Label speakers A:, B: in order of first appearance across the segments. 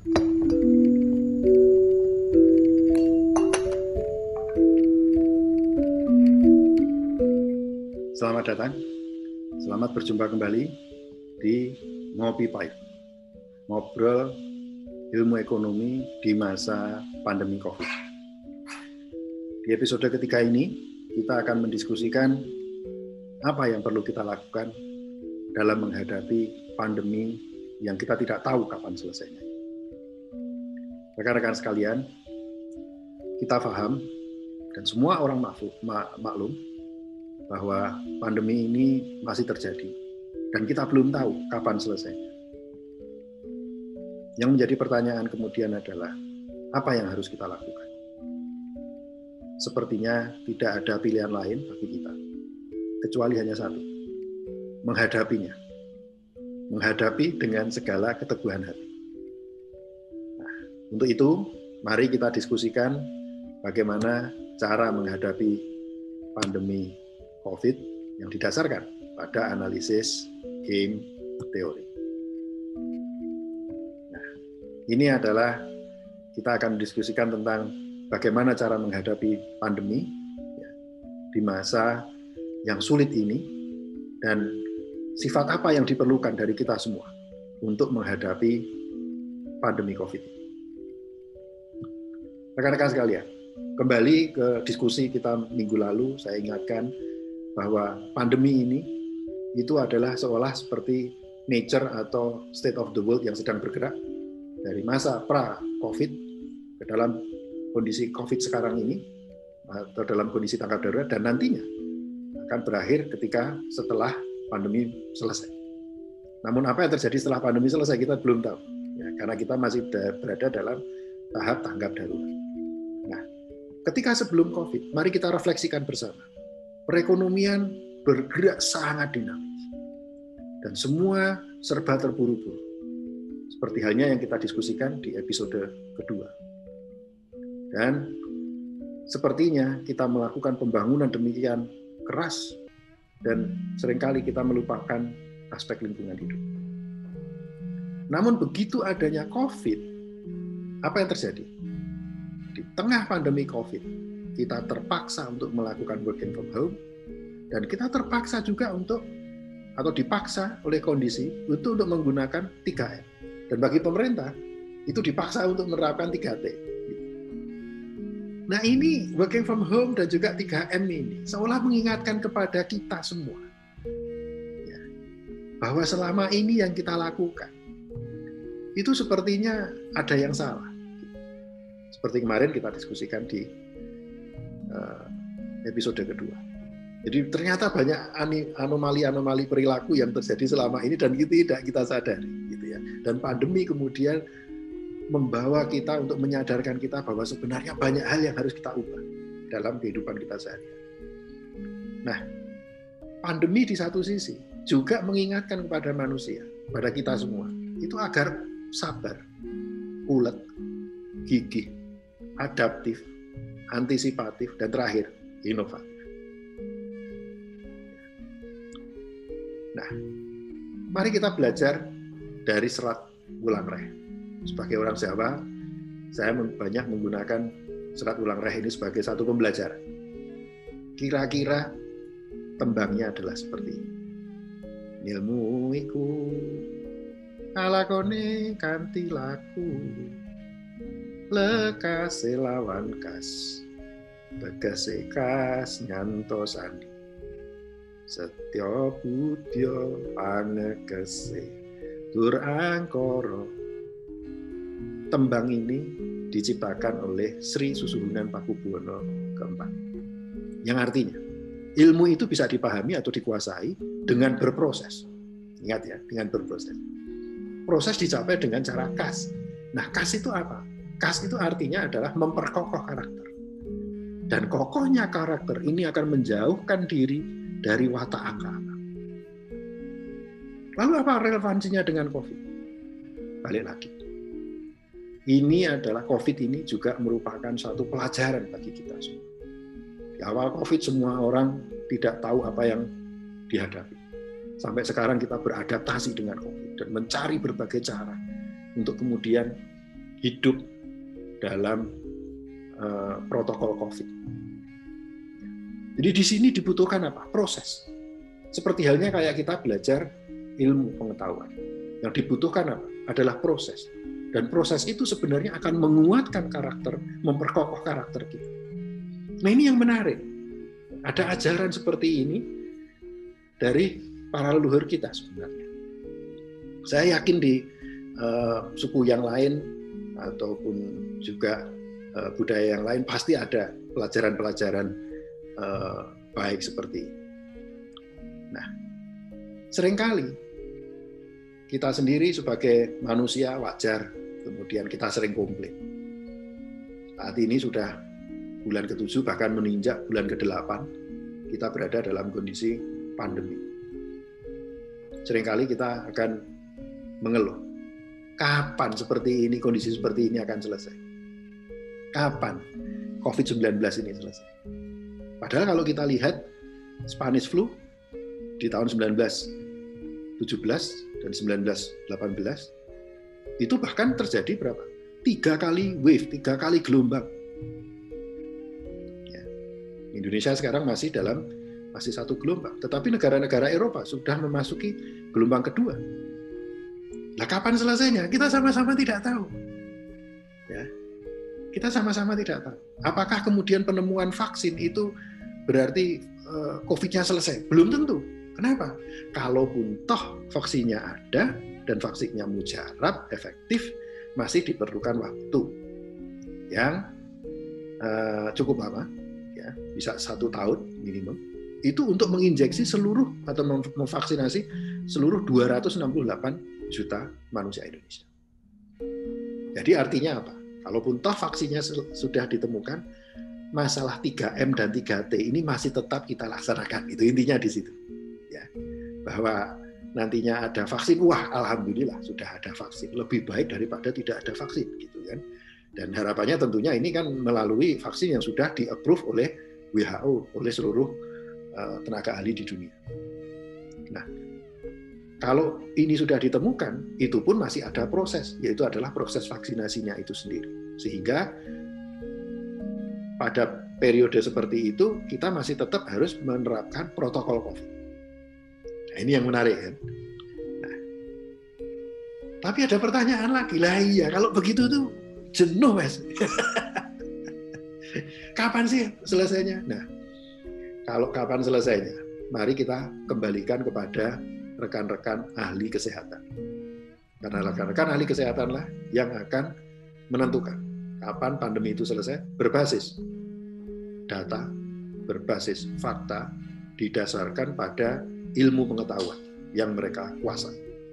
A: Selamat datang, selamat berjumpa kembali di Ngopi Pahit, ngobrol ilmu ekonomi di masa pandemi COVID. Di episode ketiga ini, kita akan mendiskusikan apa yang perlu kita lakukan dalam menghadapi pandemi yang kita tidak tahu kapan selesainya. Rekan-rekan sekalian, kita paham dan semua orang maklum bahwa pandemi ini masih terjadi dan kita belum tahu kapan selesainya. Yang menjadi pertanyaan kemudian adalah apa yang harus kita lakukan? Sepertinya tidak ada pilihan lain bagi kita kecuali hanya satu, menghadapinya. Menghadapi dengan segala keteguhan hati. Nah, untuk itu, mari kita diskusikan bagaimana cara menghadapi pandemi COVID yang didasarkan pada analisis game teori. Nah, ini adalah kita akan mendiskusikan tentang bagaimana cara menghadapi pandemi ya, di masa yang sulit ini dan sifat apa yang diperlukan dari kita semua untuk menghadapi pandemi COVID. Rekan-rekan sekalian, kembali ke diskusi kita minggu lalu, saya ingatkan bahwa pandemi ini itu adalah seolah seperti nature atau state of the world yang sedang bergerak dari masa pra-COVID ke dalam kondisi COVID sekarang ini atau dalam kondisi tanggap darurat dan nantinya akan berakhir ketika setelah pandemi selesai. Namun apa yang terjadi setelah pandemi selesai kita belum tahu ya, karena kita masih berada dalam tahap tanggap darurat. Nah, ketika sebelum COVID, mari kita refleksikan bersama. Perekonomian bergerak sangat dinamis dan semua serba terburu-buru. Seperti halnya yang kita diskusikan di episode kedua. Dan sepertinya kita melakukan pembangunan demikian keras dan seringkali kita melupakan aspek lingkungan hidup. Namun begitu adanya COVID, apa yang terjadi? Di tengah pandemi COVID, kita terpaksa untuk melakukan working from home, dan kita terpaksa juga dipaksa oleh kondisi untuk menggunakan 3M. Dan bagi pemerintah, itu dipaksa untuk menerapkan 3T. Nah ini working from home dan juga 3M ini seolah mengingatkan kepada kita semua ya, bahwa selama ini yang kita lakukan itu sepertinya ada yang salah. Seperti kemarin kita diskusikan di episode kedua. Jadi ternyata banyak anomali-anomali perilaku yang terjadi selama ini dan tidak kita sadari, gitu ya. Dan pandemi kemudian membawa kita untuk menyadarkan kita bahwa sebenarnya banyak hal yang harus kita ubah dalam kehidupan kita sehari-hari. Nah, pandemi di satu sisi juga mengingatkan kepada manusia, pada kita semua, itu agar sabar, ulet, gigih, adaptif, antisipatif, dan terakhir, inovatif. Nah, mari kita belajar dari serat ulang reh. Sebagai orang Jawa, saya banyak menggunakan serat ulang reh ini sebagai satu pembelajaran. Kira-kira tembangnya adalah seperti ini. Nilmu iku alakone kanthi laku lekase lawan kas tegese kas nyantos andi setya budya panegese tur angkara. Tembang ini diciptakan oleh Sri Susuhunan Pakubuwono keempat. Yang artinya, ilmu itu bisa dipahami atau dikuasai dengan berproses. Ingat ya, dengan berproses. Proses dicapai dengan cara kas. Nah, kas itu apa? Kas itu artinya adalah memperkokoh karakter. Dan kokohnya karakter ini akan menjauhkan diri dari watak angka-angka. Lalu apa relevansinya dengan COVID? Balik lagi. Ini adalah COVID ini juga merupakan suatu pelajaran bagi kita semua. Di awal COVID semua orang tidak tahu apa yang dihadapi. Sampai sekarang kita beradaptasi dengan COVID dan mencari berbagai cara untuk kemudian hidup dalam protokol COVID. Jadi di sini dibutuhkan apa? Proses. Seperti halnya kayak kita belajar ilmu pengetahuan. Yang dibutuhkan apa? Adalah proses. Dan proses itu sebenarnya akan menguatkan karakter, memperkokoh karakter kita. Nah ini yang menarik. Ada ajaran seperti ini dari para leluhur kita sebenarnya. Saya yakin di suku yang lain ataupun juga budaya yang lain pasti ada pelajaran-pelajaran baik seperti ini. Nah, seringkali kita sendiri sebagai manusia wajar, kemudian kita sering komplain. Saat ini sudah bulan ke-7 bahkan menginjak bulan ke-8, kita berada dalam kondisi pandemi. Seringkali kita akan mengeluh, kapan seperti ini, kondisi seperti ini akan selesai? Kapan COVID-19 ini selesai? Padahal kalau kita lihat Spanish flu di tahun 1917 dan 1918, itu bahkan terjadi berapa? 3 kali wave, 3 kali gelombang. Ya. Indonesia sekarang masih 1 gelombang, tetapi negara-negara Eropa sudah memasuki gelombang kedua. Nah, kapan selesainya? Kita sama-sama tidak tahu. Ya. Kita sama-sama tidak tahu. Apakah kemudian penemuan vaksin itu berarti COVID-nya selesai? Belum tentu. Kenapa? Kalaupun toh vaksinnya ada dan vaksinnya mujarab, efektif, masih diperlukan waktu yang cukup lama, ya, bisa 1 tahun minimum. Itu untuk menginjeksi seluruh atau memvaksinasi seluruh 268 juta manusia Indonesia. Jadi artinya apa? Kalaupun toh vaksinnya sudah ditemukan, masalah 3M dan 3T ini masih tetap kita laksanakan. Itu intinya di situ. Ya. Bahwa nantinya ada vaksin, wah alhamdulillah sudah ada vaksin. Lebih baik daripada tidak ada vaksin, gitu kan. Dan harapannya tentunya ini kan melalui vaksin yang sudah di-approve oleh WHO, oleh seluruh tenaga ahli di dunia. Nah, kalau ini sudah ditemukan, itu pun masih ada proses, yaitu adalah proses vaksinasinya itu sendiri. Sehingga pada periode seperti itu, kita masih tetap harus menerapkan protokol COVID. Nah, ini yang menarik kan. Nah, tapi ada pertanyaan lagi, lah iya kalau begitu tuh jenuh Mas. Kapan sih selesainya? Nah, kalau kapan selesainya? Mari kita kembalikan kepada rekan-rekan ahli kesehatan. Karena rekan-rekan ahli kesehatanlah yang akan menentukan kapan pandemi itu selesai, berbasis data, berbasis fakta, didasarkan pada ilmu pengetahuan yang mereka kuasai.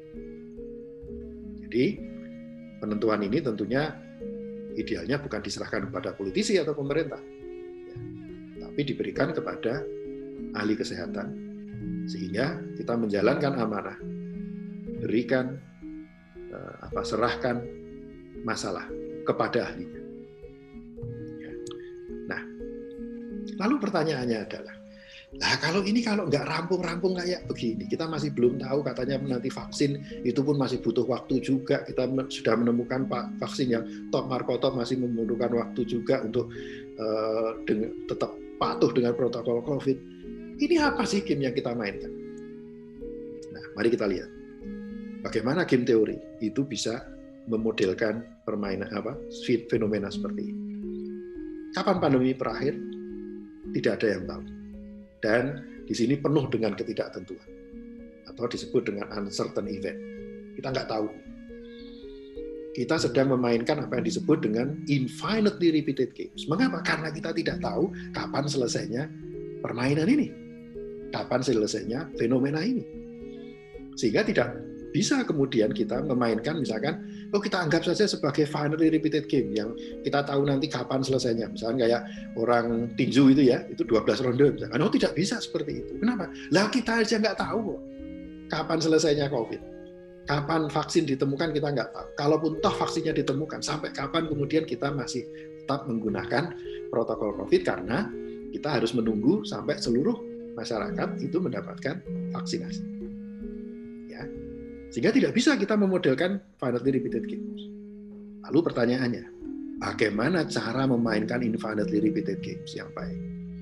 A: Jadi penentuan ini tentunya idealnya bukan diserahkan kepada politisi atau pemerintah, ya, tapi diberikan kepada ahli kesehatan, sehingga kita menjalankan amanah, berikan serahkan masalah kepada ahlinya. Ya. Nah, lalu pertanyaannya adalah, nah kalau nggak rampung-rampung kayak begini, kita masih belum tahu, katanya nanti vaksin itu pun masih butuh waktu juga, kita sudah menemukan vaksin yang top markotop masih membutuhkan waktu juga untuk tetap patuh dengan protokol COVID. Ini apa sih game yang kita mainkan? Nah, mari kita lihat bagaimana game teori itu bisa memodelkan permainan fenomena seperti ini. Kapan pandemi berakhir? Tidak ada yang tahu. Dan di sini penuh dengan ketidaktentuan atau disebut dengan uncertain event. Kita nggak tahu. Kita sedang memainkan apa yang disebut dengan infinitely repeated games. Mengapa? Karena kita tidak tahu kapan selesainya permainan ini, kapan selesainya fenomena ini. Sehingga tidak bisa kemudian kita memainkan misalkan, kita anggap saja sebagai finally repeated game yang kita tahu nanti kapan selesainya. Misalkan kayak orang tinju itu ya, itu 12 ronde. Misalkan. Tidak bisa seperti itu. Kenapa? Lah kita aja nggak tahu kok kapan selesainya COVID. Kapan vaksin ditemukan kita nggak tahu. Kalaupun toh vaksinnya ditemukan, sampai kapan kemudian kita masih tetap menggunakan protokol COVID karena kita harus menunggu sampai seluruh masyarakat itu mendapatkan vaksinasi. Ya. Sehingga tidak bisa kita memodelkan finally repeated games. Lalu pertanyaannya, bagaimana cara memainkan infinitely repeated games yang baik?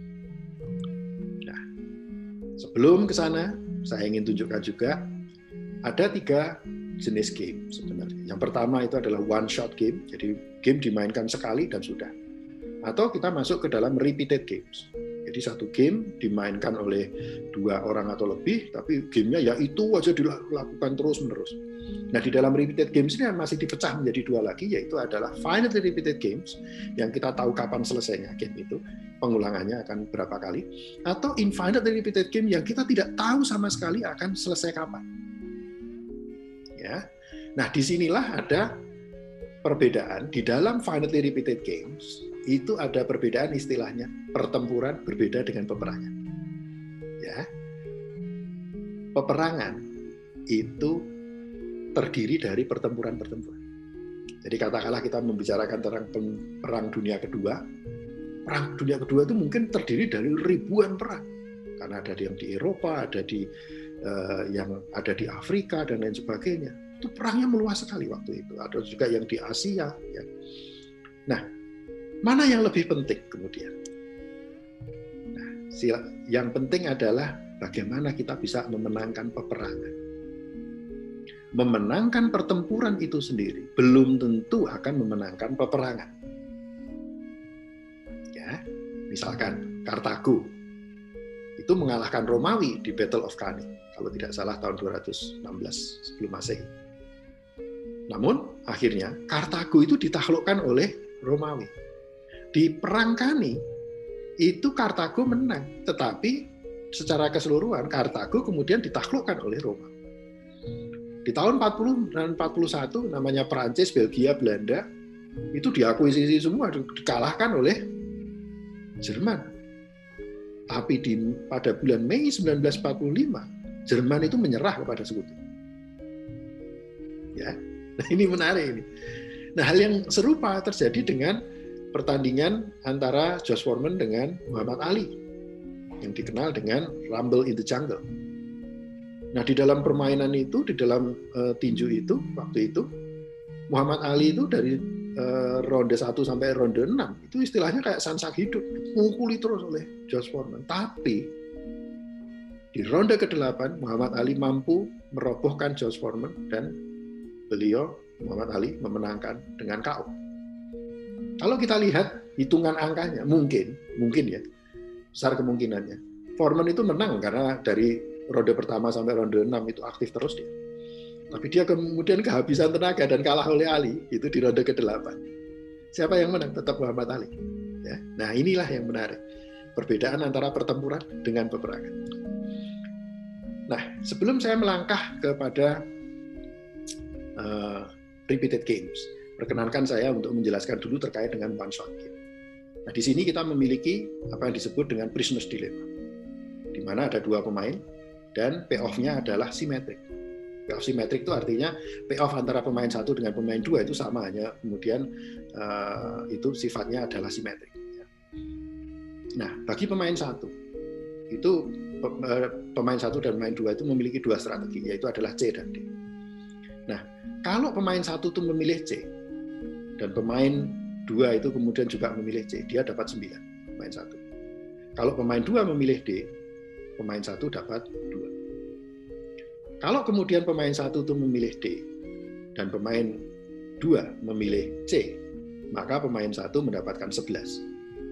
A: Nah, sebelum ke sana, saya ingin tunjukkan juga ada 3 jenis game sebenarnya. Yang pertama itu adalah one shot game, jadi game dimainkan sekali dan sudah. Atau kita masuk ke dalam repeated games. Jadi satu game dimainkan oleh 2 orang atau lebih, tapi gamenya ya itu aja dilakukan terus-menerus. Nah, di dalam repeated games ini masih dipecah menjadi 2 lagi, yaitu adalah finitely repeated games, yang kita tahu kapan selesainya game itu, pengulangannya akan berapa kali, atau infinitely repeated game yang kita tidak tahu sama sekali akan selesai kapan. Ya. Nah, disinilah ada perbedaan di dalam finitely repeated games. Itu ada perbedaan istilahnya pertempuran berbeda dengan peperangan. Ya, peperangan itu terdiri dari pertempuran-pertempuran. Jadi katakanlah kita membicarakan tentang perang dunia kedua. Perang dunia kedua itu mungkin terdiri dari ribuan perang, karena ada yang di Eropa, ada yang ada di Afrika dan lain sebagainya. Itu perangnya meluas sekali waktu itu. Ada juga yang di Asia. Ya. Nah, mana yang lebih penting kemudian? Nah, yang penting adalah bagaimana kita bisa memenangkan peperangan. Memenangkan pertempuran itu sendiri belum tentu akan memenangkan peperangan. Ya, misalkan Kartago itu mengalahkan Romawi di Battle of Cannae, kalau tidak salah tahun 216 sebelum Masehi. Namun akhirnya Kartago itu ditaklukkan oleh Romawi. Di perang Cannae itu Kartago menang, tetapi secara keseluruhan Kartago kemudian ditaklukkan oleh Roma. Di tahun 40 dan 41 namanya Prancis, Belgia, Belanda itu diakuisisi semua, dikalahkan oleh Jerman. Tapi pada bulan Mei 1945 Jerman itu menyerah kepada Sekutu. Ya, nah ini menarik ini. Nah, hal yang serupa terjadi dengan pertandingan antara George Foreman dengan Muhammad Ali yang dikenal dengan Rumble in the Jungle. Nah, di dalam permainan itu, di dalam tinju itu, waktu itu Muhammad Ali itu dari ronde 1 sampai ronde 6 itu istilahnya kayak sansak hidup, dipukuli terus oleh George Foreman. Tapi di ronde ke-8 Muhammad Ali mampu merobohkan George Foreman dan beliau Muhammad Ali memenangkan dengan KO. Kalau kita lihat hitungan angkanya, mungkin ya, besar kemungkinannya Foreman itu menang karena dari ronde pertama sampai ronde 6 itu aktif terus dia. Tapi dia kemudian kehabisan tenaga dan kalah oleh Ali itu di ronde ke-8. Siapa yang menang? Tetap Muhammad Ali. Ya. Nah, inilah yang menarik. Perbedaan antara pertempuran dengan peperangan. Nah, sebelum saya melangkah kepada repeated games, perkenankan saya untuk menjelaskan dulu terkait dengan one shot game. Nah, di sini kita memiliki apa yang disebut dengan prisoner's dilemma, di mana ada 2 pemain dan payoff-nya adalah simetrik. Payoff simetrik itu artinya payoff antara pemain 1 dengan pemain 2 itu sama, hanya kemudian itu sifatnya adalah simetrik. Nah, bagi pemain 1 itu pemain 1 dan pemain 2 itu memiliki 2 strategi, yaitu adalah C dan D. Nah, kalau pemain 1 itu memilih C dan pemain 2 itu kemudian juga memilih C, dia dapat 9, pemain 1. Kalau pemain 2 memilih D, pemain 1 dapat 2. Kalau kemudian pemain 1 itu memilih D dan pemain 2 memilih C, maka pemain 1 mendapatkan 11.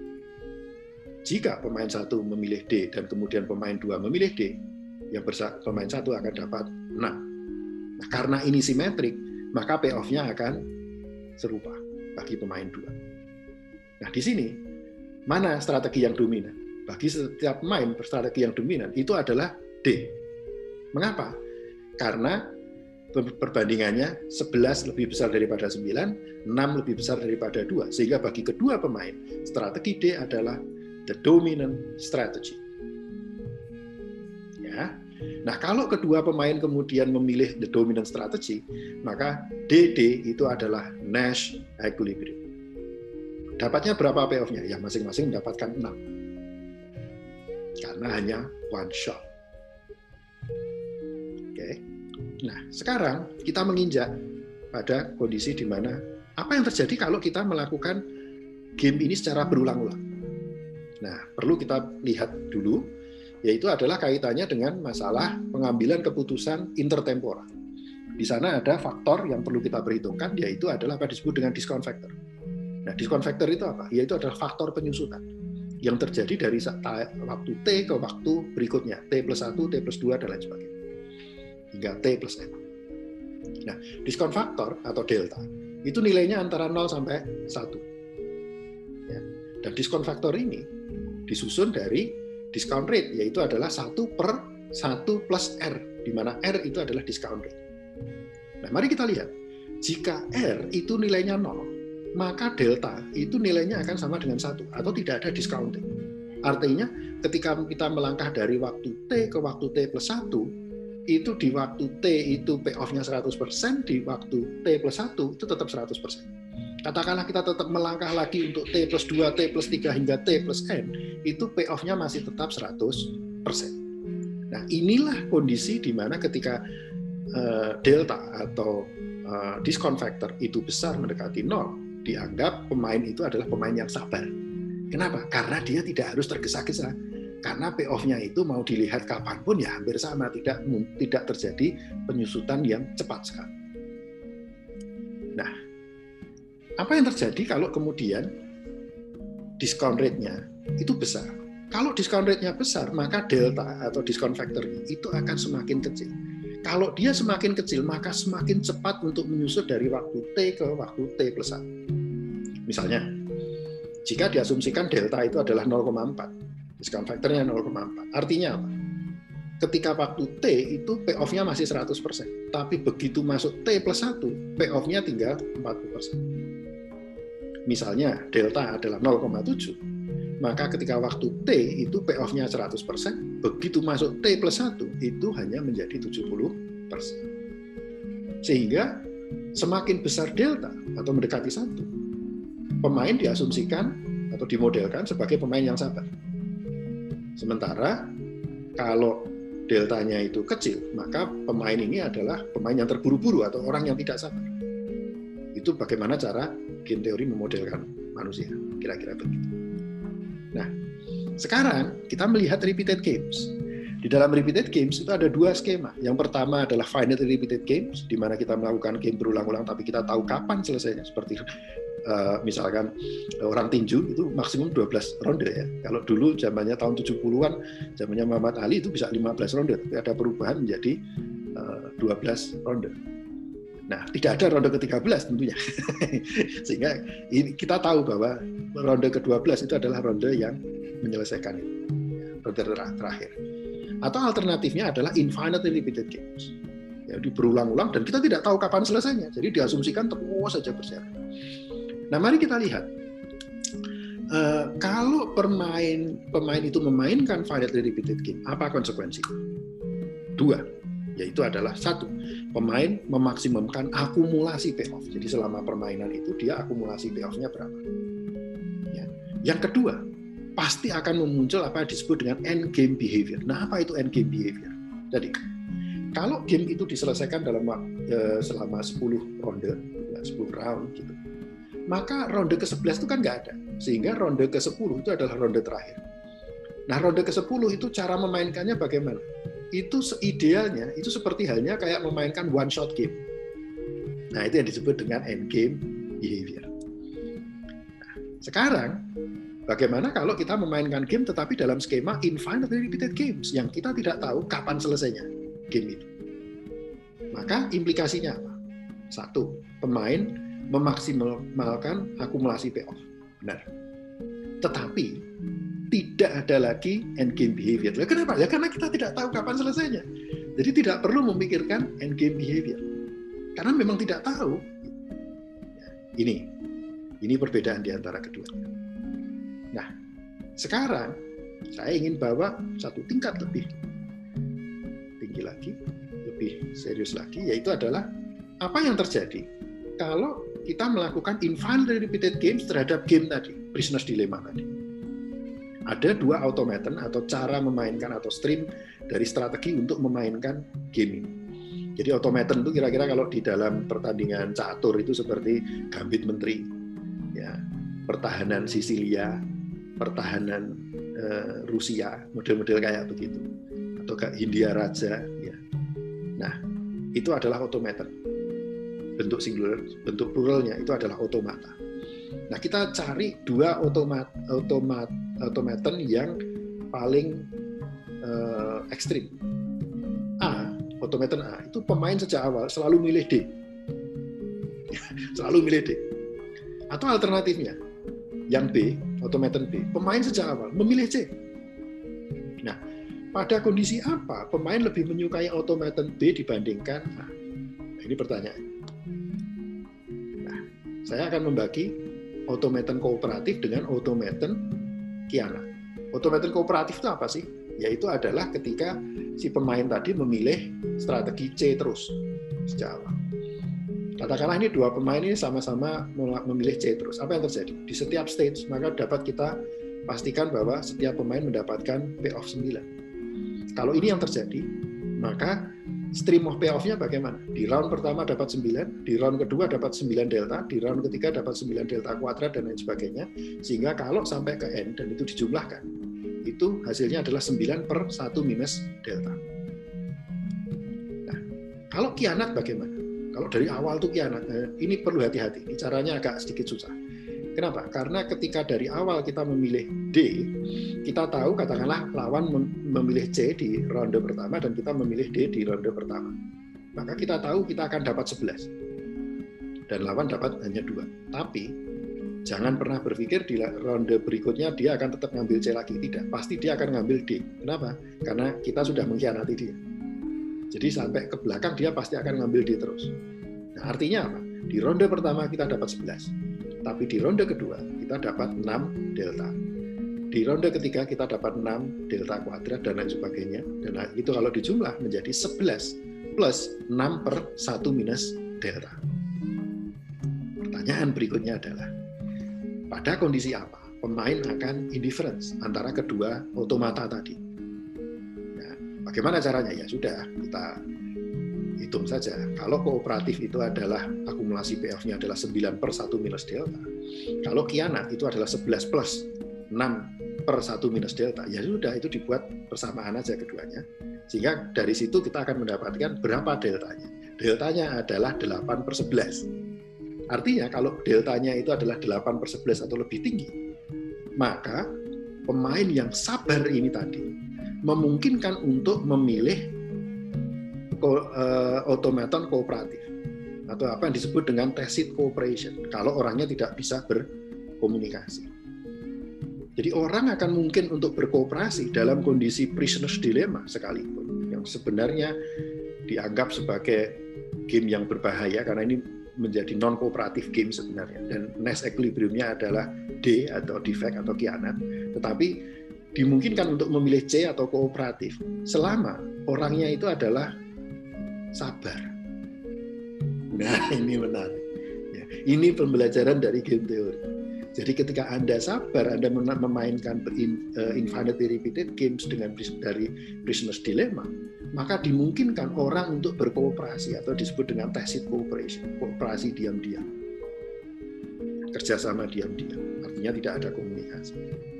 A: Jika pemain 1 memilih D dan kemudian pemain 2 memilih D, yang pemain 1 akan dapat 6. Nah, karena ini simetrik, maka payoff-nya akan serupa bagi pemain 2. Nah, di sini mana strategi yang dominan? Bagi setiap pemain, strategi yang dominan itu adalah D. Mengapa? Karena perbandingannya 11 lebih besar daripada 9, 6 lebih besar daripada 2. Sehingga bagi kedua pemain, strategi D adalah the dominant strategy. Ya. Nah, kalau kedua pemain kemudian memilih the dominant strategy, maka DD itu adalah Nash equilibrium. Dapatnya berapa payoff-nya? Ya, masing-masing mendapatkan 6. Karena hanya one shot. Nah, sekarang kita menginjak pada kondisi di mana Apa yang terjadi kalau kita melakukan game ini secara berulang-ulang? Nah, perlu kita lihat dulu, yaitu adalah kaitannya dengan masalah pengambilan keputusan intertemporal. Di sana ada faktor yang perlu kita perhitungkan, yaitu adalah apa disebut dengan discount factor. Nah, discount factor itu apa? Yaitu adalah faktor penyusutan yang terjadi dari waktu T ke waktu berikutnya, T plus 1, T plus 2, dan lain sebagainya, hingga T plus N. Nah, discount factor atau delta, itu nilainya antara 0 sampai 1. Ya. Dan discount factor ini disusun dari discount rate, yaitu adalah 1 per 1 plus R, di mana R itu adalah discount rate. Nah, mari kita lihat. Jika R itu nilainya 0, maka delta itu nilainya akan sama dengan 1, atau tidak ada discounting. Artinya, ketika kita melangkah dari waktu T ke waktu T plus 1, itu di waktu T itu payoff-nya 100%, di waktu T plus 1 itu tetap 100%. Katakanlah kita tetap melangkah lagi untuk T plus 2, T plus 3, hingga T plus N, itu payoff-nya masih tetap 100%. Nah, inilah kondisi di mana ketika delta atau discount factor itu besar mendekati 0, dianggap pemain itu adalah pemain yang sabar. Kenapa? Karena dia tidak harus tergesa-gesa. Karena payoff-nya itu mau dilihat kapanpun ya hampir sama, tidak terjadi penyusutan yang cepat sekali. Nah, apa yang terjadi kalau kemudian discount rate-nya itu besar? Kalau discount rate-nya besar, maka delta atau discount factor-nya itu akan semakin kecil. Kalau dia semakin kecil, maka semakin cepat untuk menyusut dari waktu T ke waktu T plus 1. Misalnya, jika diasumsikan delta itu adalah 0,4, discount factor-nya 0,4. Artinya apa? Ketika waktu T itu payoff-nya masih 100%, tapi begitu masuk T plus 1, payoff-nya tinggal 40%. Misalnya, delta adalah 0,7, maka ketika waktu T itu payoff-nya 100%, begitu masuk T plus 1 itu hanya menjadi 70%. Sehingga semakin besar delta atau mendekati 1, pemain diasumsikan atau dimodelkan sebagai pemain yang sabar. Sementara kalau deltanya itu kecil, maka pemain ini adalah pemain yang terburu-buru atau orang yang tidak sabar. Itu bagaimana cara game teori memodelkan manusia, kira-kira begitu. Nah, sekarang kita melihat repeated games. Di dalam repeated games itu ada dua skema. Yang pertama adalah finite repeated games, di mana kita melakukan game berulang-ulang tapi kita tahu kapan selesainya. Seperti misalkan orang tinju itu maksimum 12 ronde ya. Kalau dulu zamannya tahun 70-an, zamannya Muhammad Ali itu bisa 15 ronde, tapi ada perubahan menjadi 12 ronde. Nah, tidak ada ronde ke-13 tentunya. Sehingga kita tahu bahwa ronde ke-12 itu adalah ronde yang menyelesaikan itu. Ronde terakhir. Atau alternatifnya adalah infinite repeated games. Jadi berulang-ulang dan kita tidak tahu kapan selesainya. Jadi diasumsikan terus saja berjalan. Nah, mari kita lihat. Kalau pemain itu memainkan finite repeated game, apa konsekuensinya? Dua, yaitu adalah satu, pemain memaksimumkan akumulasi payoff. Jadi selama permainan itu dia akumulasi payoff-nya berapa? Ya. Yang kedua, pasti akan memuncul apa yang disebut dengan end game behavior. Nah, apa itu end game behavior? Jadi, kalau game itu diselesaikan dalam selama 10 ronde, 10 round gitu, maka ronde ke-11 itu kan nggak ada. Sehingga ronde ke-10 itu adalah ronde terakhir. Nah, ronde ke-10 itu cara memainkannya bagaimana? Itu idealnya, itu seperti halnya kayak memainkan one shot game. Nah, itu yang disebut dengan end game behavior. Nah, sekarang, bagaimana kalau kita memainkan game tetapi dalam skema infinite repeated games, yang kita tidak tahu kapan selesainya game itu? Maka implikasinya apa? Satu, pemain memaksimalkan akumulasi payoff. Benar. Tetapi tidak ada lagi end game behavior. Kenapa? Ya karena kita tidak tahu kapan selesainya. Jadi tidak perlu memikirkan end game behavior. Karena memang tidak tahu. Ini perbedaan di antara keduanya. Nah, sekarang saya ingin bawa satu tingkat lebih tinggi lagi, lebih serius lagi, yaitu adalah apa yang terjadi kalau kita melakukan infinite repeated games terhadap game tadi, Prisoner's Dilemma tadi. Ada dua automaton atau cara memainkan atau stream dari strategi untuk memainkan game ini. Jadi automaton itu kira-kira kalau di dalam pertandingan catur itu seperti gambit menteri, ya, pertahanan Sisilia, pertahanan Rusia, model-model kayak begitu, atau Hindia Raja. Ya. Nah, itu adalah automaton. Bentuk singular, bentuk pluralnya itu adalah automata. Nah, kita cari dua automaton yang paling ekstrim. Automaton A itu pemain sejak awal selalu milih D. Selalu milih D. Atau alternatifnya, yang B, automaton B, pemain sejak awal memilih C. Nah, pada kondisi apa pemain lebih menyukai automaton B dibandingkan A? Nah, ini pertanyaan. Nah, saya akan membagi automaton kooperatif dengan automaton khianat. Automaton kooperatif itu apa sih? Yaitu adalah ketika si pemain tadi memilih strategi C terus sejak awal. Katakanlah ini dua pemain ini sama-sama memilih C terus. Apa yang terjadi? Di setiap stage, maka dapat kita pastikan bahwa setiap pemain mendapatkan payoff 9. Kalau ini yang terjadi, maka stream of payoff-nya bagaimana? Di round pertama dapat 9, di round kedua dapat 9 delta, di round ketiga dapat 9 delta kuadrat, dan lain sebagainya. Sehingga kalau sampai ke N, dan itu dijumlahkan, itu hasilnya adalah 9 per 1 minus delta. Nah, kalau khianat bagaimana? Kalau dari awal tuh khianat, ini perlu hati-hati. Ini caranya agak sedikit susah. Kenapa? Karena ketika dari awal kita memilih D, kita tahu katakanlah lawan memilih C di ronde pertama dan kita memilih D di ronde pertama. Maka kita tahu kita akan dapat 11. Dan lawan dapat hanya 2. Tapi jangan pernah berpikir di ronde berikutnya dia akan tetap ngambil C lagi. Tidak, pasti dia akan ngambil D. Kenapa? Karena kita sudah mengkhianati dia. Jadi sampai ke belakang dia pasti akan ngambil D terus. Nah, artinya apa? Di ronde pertama kita dapat 11. Tapi di ronde kedua kita dapat 6 delta. Di ronde ketiga kita dapat 6 delta kuadrat dan lain sebagainya. Dan itu kalau dijumlah menjadi 11 plus 6 per 1 minus delta. Pertanyaan berikutnya adalah, pada kondisi apa pemain akan indifference antara kedua otomata tadi? Nah, bagaimana caranya? Ya sudah, kita hitung saja. Kalau kooperatif itu adalah akumulasi payoff-nya adalah 9 per 1 minus delta. Kalau khianat itu adalah 11 plus 6 per 1 minus delta. Ya sudah, itu dibuat persamaan aja keduanya. Sehingga dari situ kita akan mendapatkan berapa deltanya. Deltanya adalah 8 per 11. Artinya kalau deltanya itu adalah 8 per 11 atau lebih tinggi, maka pemain yang sabar ini tadi memungkinkan untuk memilih automaton kooperatif atau apa yang disebut dengan tacit cooperation kalau orangnya tidak bisa berkomunikasi. Jadi orang akan mungkin untuk berkooperasi dalam kondisi prisoner's dilemma sekalipun yang sebenarnya dianggap sebagai game yang berbahaya karena ini menjadi non-kooperatif game sebenarnya, dan Nash equilibriumnya adalah D atau defect atau khianat, tetapi dimungkinkan untuk memilih C atau kooperatif selama orangnya itu adalah sabar. Nah, ini menarik. Ya, ini pembelajaran dari game teori. Jadi ketika Anda sabar, Anda memainkan infinitely repeated games dari Prisoner's Dilemma, maka dimungkinkan orang untuk berkooperasi atau disebut dengan tacit cooperation, kooperasi diam-diam, kerjasama diam-diam, artinya tidak ada komunikasi.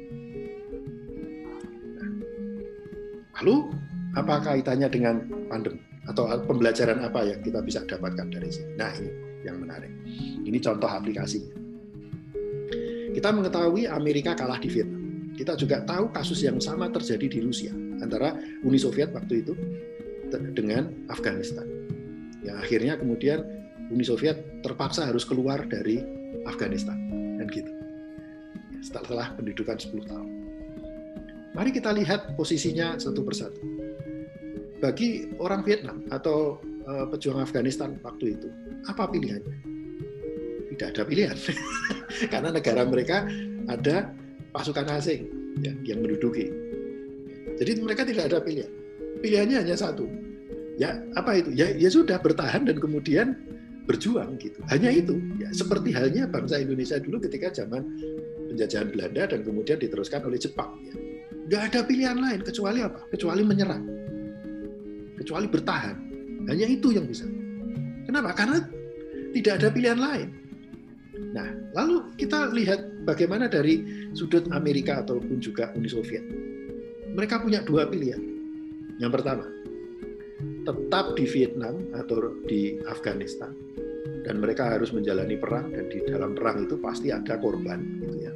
A: Nah, lalu apa kaitannya dengan pandemi atau pembelajaran apa yang kita bisa dapatkan dari sini? Nah, ini yang menarik. Ini contoh aplikasinya. Kita mengetahui Amerika kalah di Vietnam. Kita juga tahu kasus yang sama terjadi di Rusia antara Uni Soviet waktu itu dengan Afghanistan. Ya, akhirnya kemudian Uni Soviet terpaksa harus keluar dari Afghanistan dan gitu. Setelah pendudukan 10 tahun. Mari kita lihat posisinya satu persatu. Bagi orang Vietnam atau pejuang Afghanistan waktu itu, apa pilihannya? Tidak ada pilihan. Karena negara mereka ada pasukan asing yang menduduki. Jadi mereka tidak ada pilihan. Pilihannya hanya satu. Ya, apa itu? Ya sudah bertahan dan kemudian berjuang gitu. Hanya itu. Ya, seperti halnya bangsa Indonesia dulu ketika zaman penjajahan Belanda dan kemudian diteruskan oleh Jepang. Ya. Nggak ada pilihan lain kecuali apa? Kecuali menyerang. Kecuali bertahan. Hanya itu yang bisa. Kenapa? Karena tidak ada pilihan lain. Nah, lalu kita lihat bagaimana dari sudut Amerika ataupun juga Uni Soviet. Mereka punya dua pilihan. Yang pertama, tetap di Vietnam atau di Afghanistan, dan mereka harus menjalani perang, dan di dalam perang itu pasti ada korban, gitu ya.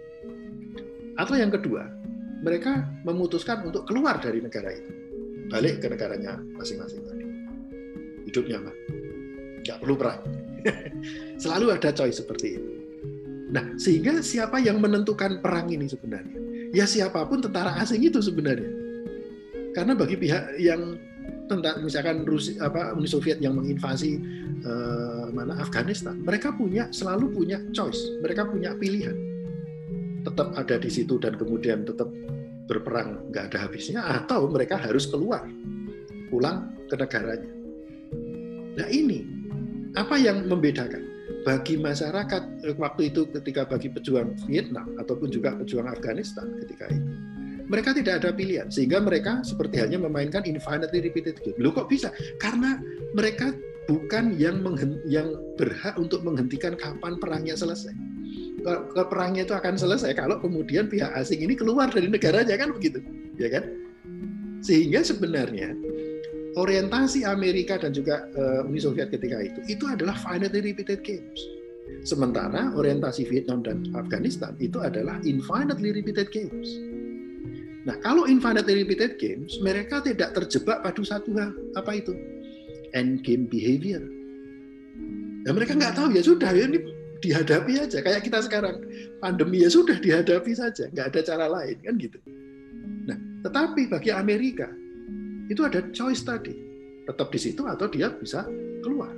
A: Atau yang kedua, mereka memutuskan untuk keluar dari negara itu, balik ke negaranya masing-masing tadi. Hidup nyaman, nggak perlu perang. Selalu ada choice seperti itu. Nah, sehingga siapa yang menentukan perang ini sebenarnya? Ya siapapun tentara asing itu sebenarnya. Karena bagi pihak yang misalkan Uni Soviet yang menginvasi Afghanistan, mereka selalu punya choice, mereka punya pilihan. Tetap ada di situ dan kemudian tetap berperang nggak ada habisnya, atau mereka harus keluar, pulang ke negaranya. Nah ini, apa yang membedakan? Bagi masyarakat waktu itu ketika bagi pejuang Vietnam ataupun juga pejuang Afghanistan ketika itu, mereka tidak ada pilihan, sehingga mereka seperti hanya memainkan infinitely repeated game. Loh kok bisa? Karena mereka bukan yang berhak untuk menghentikan kapan perangnya selesai. Perangnya itu akan selesai kalau kemudian pihak asing ini keluar dari negaranya, kan begitu, ya kan? Sehingga sebenarnya orientasi Amerika dan juga Uni Soviet ketika itu adalah finitely repeated games. Sementara orientasi Vietnam dan Afghanistan itu adalah infinitely repeated games. Nah, kalau infinitely repeated games, mereka tidak terjebak pada satu hal, apa itu? End game behavior. Nah, mereka nggak tahu, ya sudah, ya ini dihadapi aja. Kayak kita sekarang, pandemi ya sudah dihadapi saja, nggak ada cara lain, kan gitu. Nah, tetapi bagi Amerika, itu ada choice tadi, tetap di situ atau dia bisa keluar.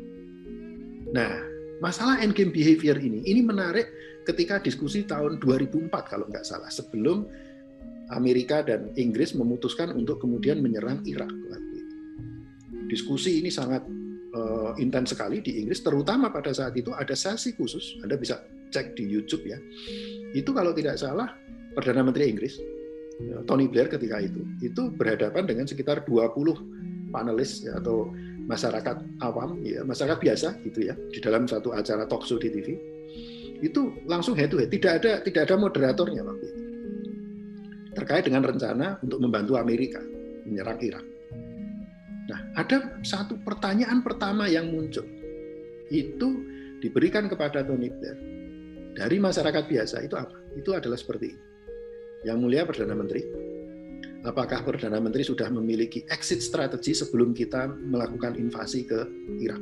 A: Nah, masalah end game behavior ini menarik ketika diskusi tahun 2004 kalau nggak salah, sebelum Amerika dan Inggris memutuskan untuk kemudian menyerang Irak. Diskusi ini sangat intens sekali di Inggris, terutama pada saat itu ada sesi khusus, Anda bisa cek di YouTube ya. Itu kalau tidak salah Perdana Menteri Inggris Tony Blair ketika itu berhadapan dengan sekitar 20 panelis ya, atau masyarakat awam, ya, masyarakat biasa gitu ya, di dalam satu acara talk show di TV. Itu langsung head to head, tidak ada moderatornya waktu itu. Terkait dengan rencana untuk membantu Amerika menyerang Irak. Nah, ada satu pertanyaan pertama yang muncul. Itu diberikan kepada Tony Blair dari masyarakat biasa, itu apa? Itu adalah seperti ini. Yang mulia Perdana Menteri, apakah Perdana Menteri sudah memiliki exit strategi sebelum kita melakukan invasi ke Irak?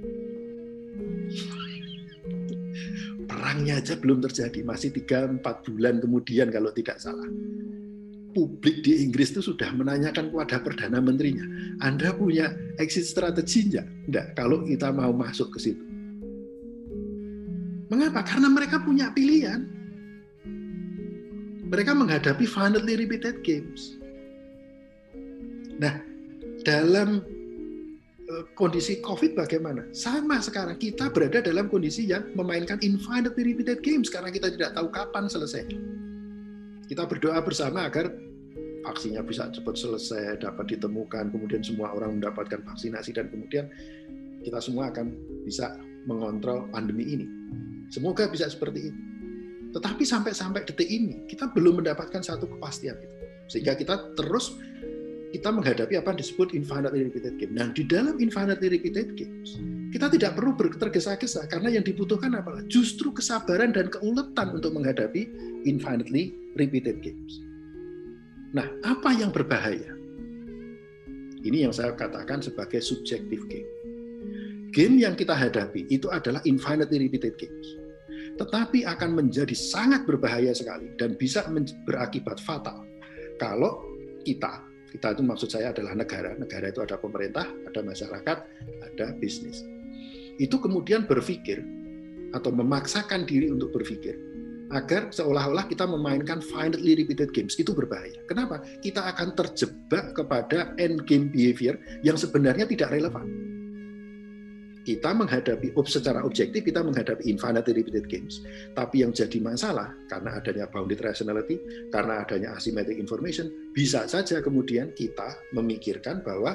A: Perangnya aja belum terjadi, masih 3-4 bulan kemudian kalau tidak salah. Publik di Inggris itu sudah menanyakan kepada Perdana Menterinya, Anda punya exit strategi enggak kalau kita mau masuk ke situ? Mengapa? Karena mereka punya pilihan. Mereka menghadapi finitely repeated games. Nah, dalam kondisi COVID bagaimana? Sama sekarang, kita berada dalam kondisi yang memainkan infinitely repeated games karena kita tidak tahu kapan selesainya. Kita berdoa bersama agar vaksinnya bisa cepat selesai, dapat ditemukan, kemudian semua orang mendapatkan vaksinasi, dan kemudian kita semua akan bisa mengontrol pandemi ini. Semoga bisa seperti itu. Tetapi sampai detik ini, kita belum mendapatkan satu kepastian itu. Sehingga kita menghadapi apa yang disebut infinitely repeated game. Nah, di dalam infinitely repeated games, kita tidak perlu tergesa-gesa, karena yang dibutuhkan adalah justru kesabaran dan keuletan untuk menghadapi infinitely repeated games. Nah, apa yang berbahaya? Ini yang saya katakan sebagai subjective game. Game yang kita hadapi itu adalah infinitely repeated games. Tetapi akan menjadi sangat berbahaya sekali dan bisa berakibat fatal kalau kita itu maksud saya adalah negara itu ada pemerintah, ada masyarakat, ada bisnis. Itu kemudian berpikir atau memaksakan diri untuk berpikir agar seolah-olah kita memainkan finitely repeated games. Itu berbahaya. Kenapa? Kita akan terjebak kepada end game behavior yang sebenarnya tidak relevan. Kita secara objektif kita menghadapi infinitely repeated games, tapi yang jadi masalah karena adanya bounded rationality, karena adanya asymmetric information, bisa saja kemudian kita memikirkan bahwa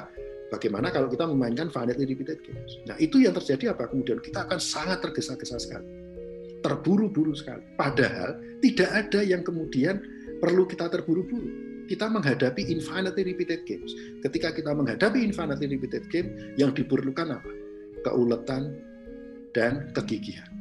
A: Bagaimana kalau kita memainkan finitely repeated games? Nah, itu yang terjadi apa? Kemudian kita akan sangat tergesa-gesa sekali, terburu-buru sekali. Padahal tidak ada yang kemudian perlu kita terburu-buru. Kita menghadapi infinitely repeated games. Ketika kita menghadapi infinitely repeated game, yang diperlukan apa? Keuletan dan kegigihan.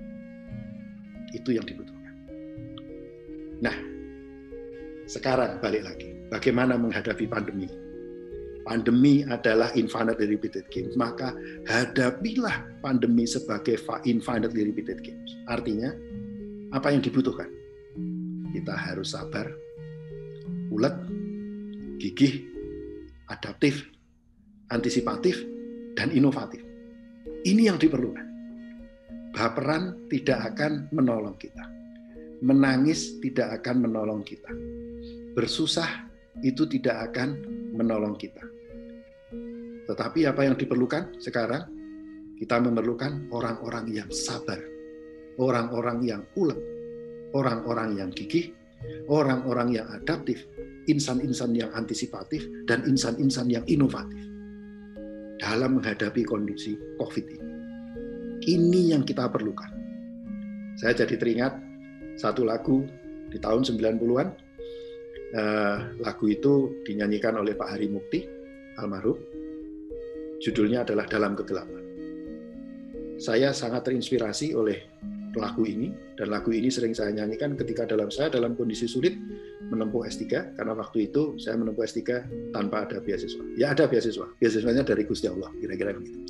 A: Itu yang dibutuhkan. Nah, sekarang balik lagi. Bagaimana menghadapi pandemi? Pandemi adalah infinitely repeated games, maka hadapilah pandemi sebagai infinitely repeated games. Artinya, apa yang dibutuhkan? Kita harus sabar, ulet, gigih, adaptif, antisipatif, dan inovatif. Ini yang diperlukan. Baperan tidak akan menolong kita. Menangis tidak akan menolong kita. Bersusah itu tidak akan menolong kita. Tetapi apa yang diperlukan sekarang? Kita memerlukan orang-orang yang sabar, orang-orang yang ulet, orang-orang yang gigih, orang-orang yang adaptif, insan-insan yang antisipatif, dan insan-insan yang inovatif dalam menghadapi kondisi COVID ini. Ini yang kita perlukan. Saya jadi teringat satu lagu di tahun 90-an. Lagu itu dinyanyikan oleh Pak Hari Mukti, almarhum. Judulnya adalah Dalam Kegelapan. Saya sangat terinspirasi oleh lagu ini, dan lagu ini sering saya nyanyikan ketika saya dalam kondisi sulit menempuh S3, karena waktu itu saya menempuh S3 tanpa ada beasiswa. Ya ada beasiswa, beasiswanya dari Gusti Allah, kira-kira begitu.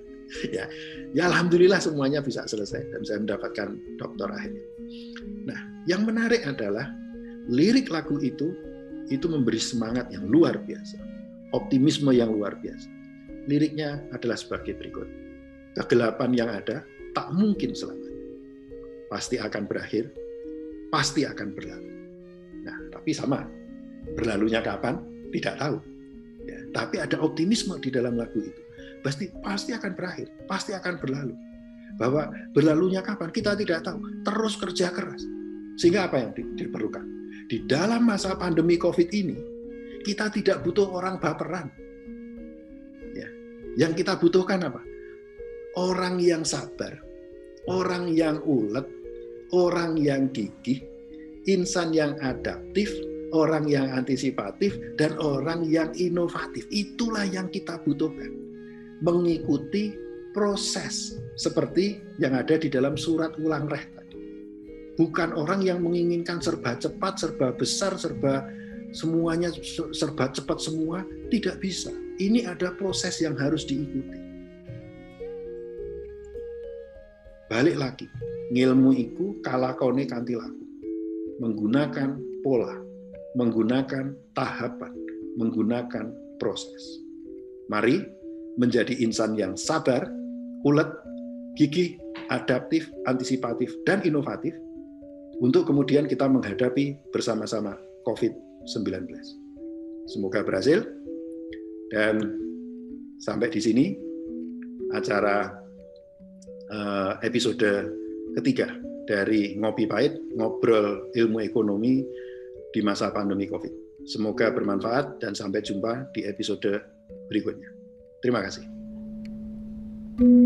A: ya alhamdulillah semuanya bisa selesai, dan saya mendapatkan doktor akhirnya. Nah, yang menarik adalah lirik lagu itu memberi semangat yang luar biasa, optimisme yang luar biasa. Liriknya adalah sebagai berikut. Kegelapan yang ada tak mungkin selamanya. Pasti akan berakhir, pasti akan berlalu. Nah, tapi sama, berlalunya kapan? Tidak tahu. Ya, tapi ada optimisme di dalam lagu itu. Pasti akan berakhir, pasti akan berlalu. Bahwa berlalunya kapan? Kita tidak tahu. Terus kerja keras. Sehingga apa yang diperlukan? Di dalam masa pandemi COVID ini, kita tidak butuh orang baperan. Ya. Yang kita butuhkan apa? Orang yang sabar, orang yang ulet, orang yang gigih, insan yang adaptif, orang yang antisipatif, dan orang yang inovatif. Itulah yang kita butuhkan. Mengikuti proses seperti yang ada di dalam surat ulang reh tadi. Bukan orang yang menginginkan serba cepat, serba besar, semuanya serba cepat semua, tidak bisa. Ini ada proses yang harus diikuti. Balik lagi, ngilmu iku kalakone kanthi laku. Menggunakan pola, menggunakan tahapan, menggunakan proses. Mari menjadi insan yang sabar, ulet, gigih, adaptif, antisipatif, dan inovatif untuk kemudian kita menghadapi bersama-sama COVID-19. Semoga berhasil, dan sampai di sini acara episode ketiga dari Ngopi Pahit, ngobrol ilmu ekonomi di masa pandemi COVID. Semoga bermanfaat dan sampai jumpa di episode berikutnya. Terima kasih.